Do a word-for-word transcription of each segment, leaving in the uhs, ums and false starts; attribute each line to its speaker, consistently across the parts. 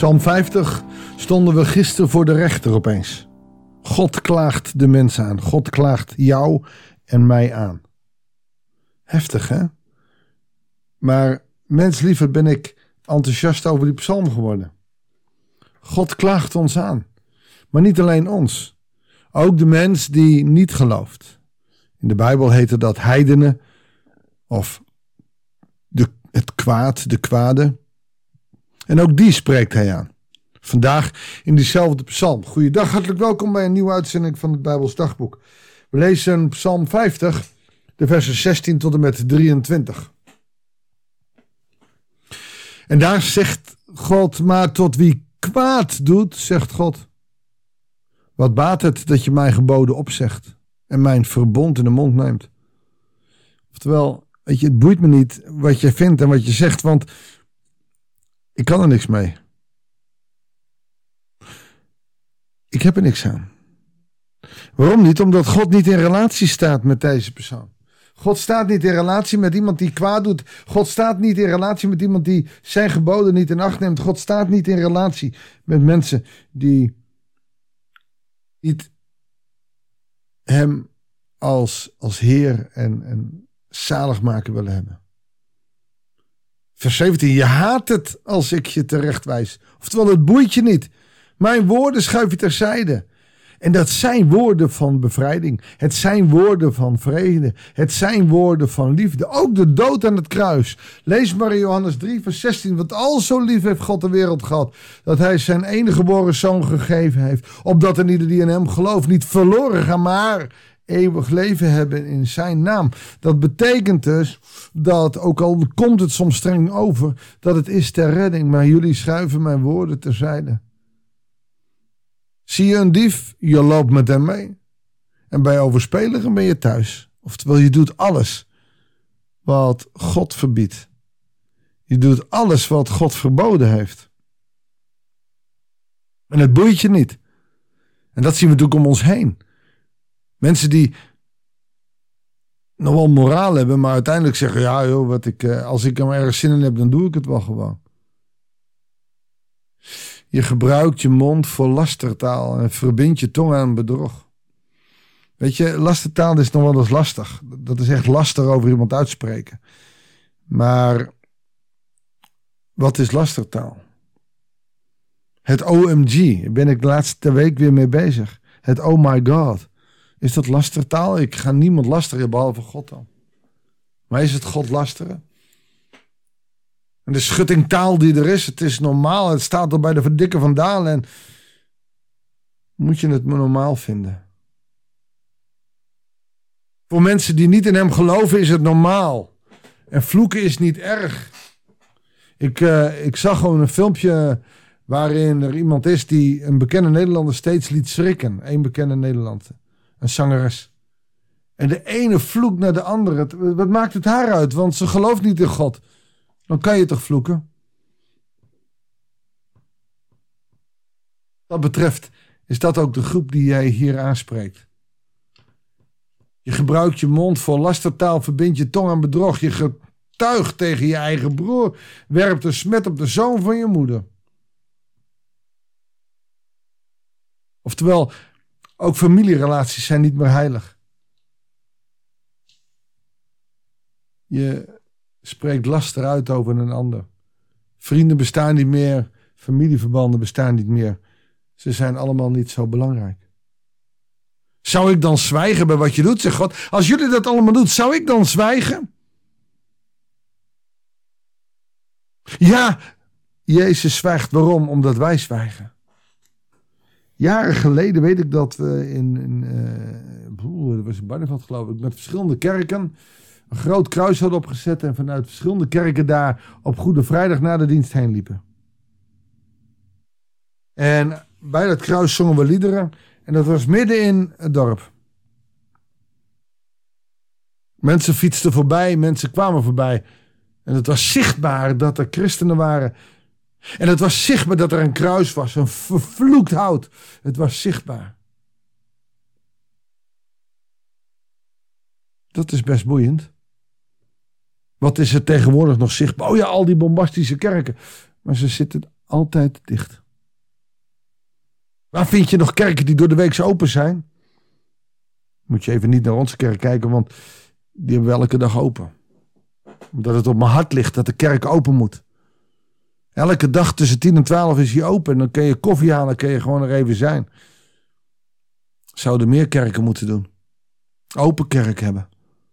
Speaker 1: Psalm vijftig stonden we gisteren voor de rechter opeens. God klaagt de mens aan. God klaagt jou en mij aan. Heftig, hè? Maar menslieverd ben ik enthousiast over die psalm geworden. God klaagt ons aan. Maar niet alleen ons. Ook de mens die niet gelooft. In de Bijbel heette dat heidenen of de, het kwaad, de kwade. En ook die spreekt hij aan. Vandaag in diezelfde psalm. Goeiedag, hartelijk welkom bij een nieuwe uitzending van het Bijbels Dagboek. We lezen psalm vijftig, de versen zestien tot en met drieëntwintig. En daar zegt God, maar tot wie kwaad doet, zegt God. Wat baat het dat je mijn geboden opzegt en mijn verbond in de mond neemt? Oftewel, weet je, het boeit me niet wat je vindt en wat je zegt, want ik kan er niks mee. Ik heb er niks aan. Waarom niet? Omdat God niet in relatie staat met deze persoon. God staat niet in relatie met iemand die kwaad doet. God staat niet in relatie met iemand die zijn geboden niet in acht neemt. God staat niet in relatie met mensen die niet hem als, als Heer en, en zaligmaker willen hebben. Vers zeventien, je haat het als ik je terecht wijs. Oftewel, het boeit je niet. Mijn woorden schuif je terzijde. En dat zijn woorden van bevrijding. Het zijn woorden van vrede. Het zijn woorden van liefde. Ook de dood aan het kruis. Lees maar in Johannes drie vers zestien. Want al zo lief heeft God de wereld gehad, dat hij zijn enige geboren zoon gegeven heeft. Opdat er ieder die in hem gelooft niet verloren gaan, maar eeuwig leven hebben in zijn naam. Dat betekent dus dat, ook al komt het soms streng over, dat het is ter redding. Maar jullie schuiven mijn woorden terzijde. Zie je een dief, je loopt met hem mee. En bij overspeligen ben je thuis. Oftewel, je doet alles wat God verbiedt. Je doet alles wat God verboden heeft. En het boeit je niet. En dat zien we natuurlijk om ons heen. Mensen die nog wel moraal hebben, maar uiteindelijk zeggen, ja joh, wat ik, als ik er ergens zin in heb, dan doe ik het wel gewoon. Je gebruikt je mond voor lastertaal en verbindt je tong aan bedrog. Weet je, lastertaal is nog wel eens lastig. Dat is echt laster over iemand uitspreken. Maar wat is lastertaal? Het O M G, daar ben ik de laatste week weer mee bezig. Het oh my god. Is dat lastertaal? Ik ga niemand lasteren behalve God dan. Maar is het God lasteren? En de schuttingtaal die er is, het is normaal. Het staat er bij de verdikken van Dalen. En moet je het maar normaal vinden. Voor mensen die niet in hem geloven is het normaal. En vloeken is niet erg. Ik, uh, ik zag gewoon een filmpje waarin er iemand is die een bekende Nederlander steeds liet schrikken. Eén bekende Nederlander. Een zangeres. En de ene vloekt naar de andere. Wat maakt het haar uit? Want ze gelooft niet in God. Dan kan je toch vloeken? Wat betreft is dat ook de groep die jij hier aanspreekt. Je gebruikt je mond voor lastertaal, verbindt je tong aan bedrog. Je getuigt tegen je eigen broer. Werpt een smet op de zoon van je moeder. Oftewel, ook familierelaties zijn niet meer heilig. Je spreekt laster uit over een ander. Vrienden bestaan niet meer. Familieverbanden bestaan niet meer. Ze zijn allemaal niet zo belangrijk. Zou ik dan zwijgen bij wat je doet, zegt God? Als jullie dat allemaal doen, zou ik dan zwijgen? Ja, Jezus zwijgt. Waarom? Omdat wij zwijgen. Jaren geleden weet ik dat we in, in uh, dat was in Barneveld geloof ik, met verschillende kerken een groot kruis hadden opgezet en vanuit verschillende kerken daar op Goede Vrijdag na de dienst heen liepen. En bij dat kruis zongen we liederen en dat was midden in het dorp. Mensen fietsten voorbij, mensen kwamen voorbij en het was zichtbaar dat er christenen waren. En het was zichtbaar dat er een kruis was, een vervloekt hout. Het was zichtbaar. Dat is best boeiend. Wat is er tegenwoordig nog zichtbaar? Oh ja, al die bombastische kerken. Maar ze zitten altijd dicht. Waar vind je nog kerken die door de week open zijn? Moet je even niet naar onze kerk kijken, want die hebben we elke dag open. Omdat het op mijn hart ligt dat de kerk open moet. Elke dag tussen tien en twaalf is hij open. En dan kun je koffie halen, kun je gewoon er even zijn. Zouden meer kerken moeten doen. Open kerk hebben.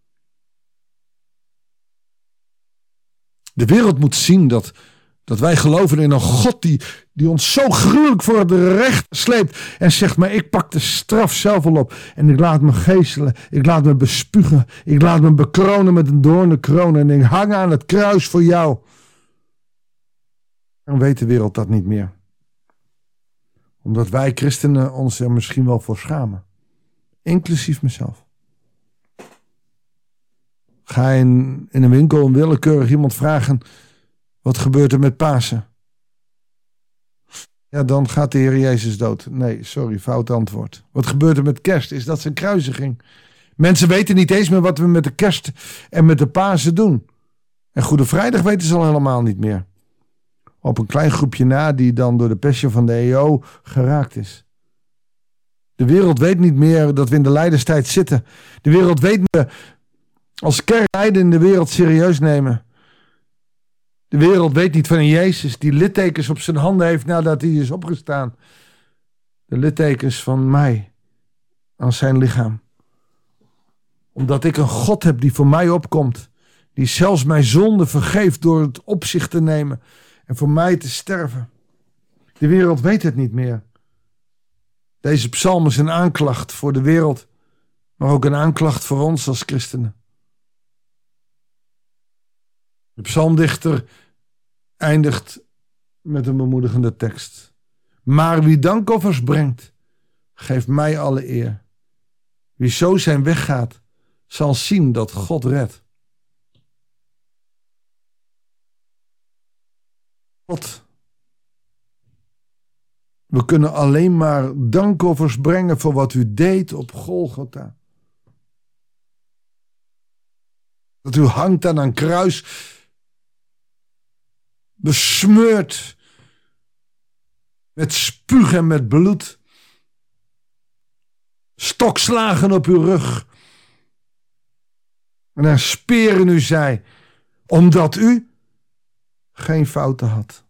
Speaker 1: De wereld moet zien dat, dat wij geloven in een God die, die ons zo gruwelijk voor het recht sleept. En zegt, maar ik pak de straf zelf al op. En ik laat me geeselen. Ik laat me bespugen. Ik laat me bekronen met een doornenkroon. En ik hang aan het kruis voor jou. Dan weet de wereld dat niet meer. Omdat wij christenen ons er misschien wel voor schamen. Inclusief mezelf. Ga in, in een winkel een willekeurig iemand vragen, wat gebeurt er met Pasen? Ja, dan gaat de Heer Jezus dood. Nee, sorry, fout antwoord. Wat gebeurt er met kerst? Is dat zijn kruisiging? Mensen weten niet eens meer wat we met de kerst en met de Pasen doen. En Goede Vrijdag weten ze al helemaal niet meer. Op een klein groepje na die dan door de Passion van de E O geraakt is. De wereld weet niet meer dat we in de lijdenstijd zitten. De wereld weet niet meer als kerk lijden in de wereld serieus nemen. De wereld weet niet van een Jezus die littekens op zijn handen heeft nadat hij is opgestaan. De littekens van mij aan zijn lichaam. Omdat ik een God heb die voor mij opkomt. Die zelfs mijn zonde vergeeft door het op zich te nemen. En voor mij te sterven. De wereld weet het niet meer. Deze psalm is een aanklacht voor de wereld. Maar ook een aanklacht voor ons als christenen. De psalmdichter eindigt met een bemoedigende tekst. Maar wie dankoffers brengt, geeft mij alle eer. Wie zo zijn weg gaat, zal zien dat God redt. God. We kunnen alleen maar dankoffers brengen voor wat u deed op Golgotha. Dat u hangt aan een kruis, besmeurd met spuug en met bloed. Stokslagen op uw rug. En er speren u zij, omdat u geen fouten had.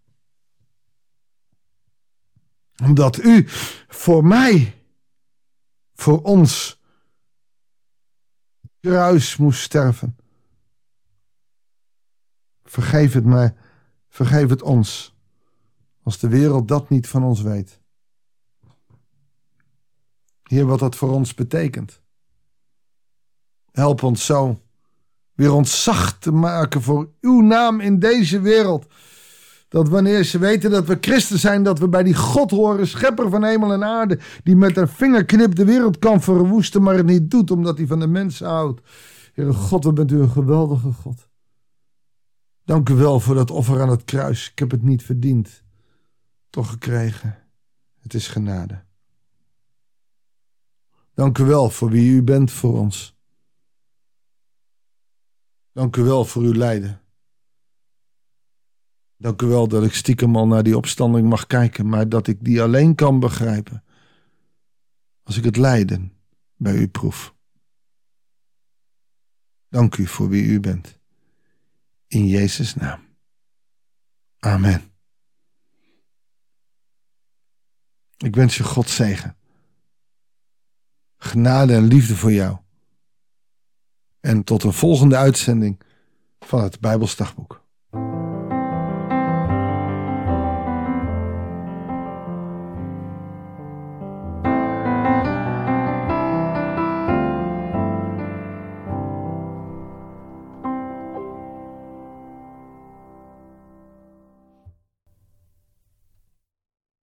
Speaker 1: Omdat u voor mij, voor ons, kruis moest sterven. Vergeef het mij, vergeef het ons, als de wereld dat niet van ons weet. Heer, wat dat voor ons betekent. Help ons zo weer ontzag te maken voor uw naam in deze wereld. Dat wanneer ze weten dat we christen zijn, dat we bij die God horen, schepper van hemel en aarde, die met een vingerknip de wereld kan verwoesten, maar het niet doet, omdat hij van de mensen houdt. Heere God, wat bent u een geweldige God. Dank u wel voor dat offer aan het kruis. Ik heb het niet verdiend. Toch gekregen. Het is genade. Dank u wel voor wie u bent voor ons. Dank u wel voor uw lijden. Dank u wel dat ik stiekem al naar die opstanding mag kijken, maar dat ik die alleen kan begrijpen als ik het lijden bij u proef. Dank u voor wie u bent. In Jezus' naam. Amen. Ik wens je God zegen. Genade en liefde voor jou. En tot een volgende uitzending van het Bijbels Dagboek.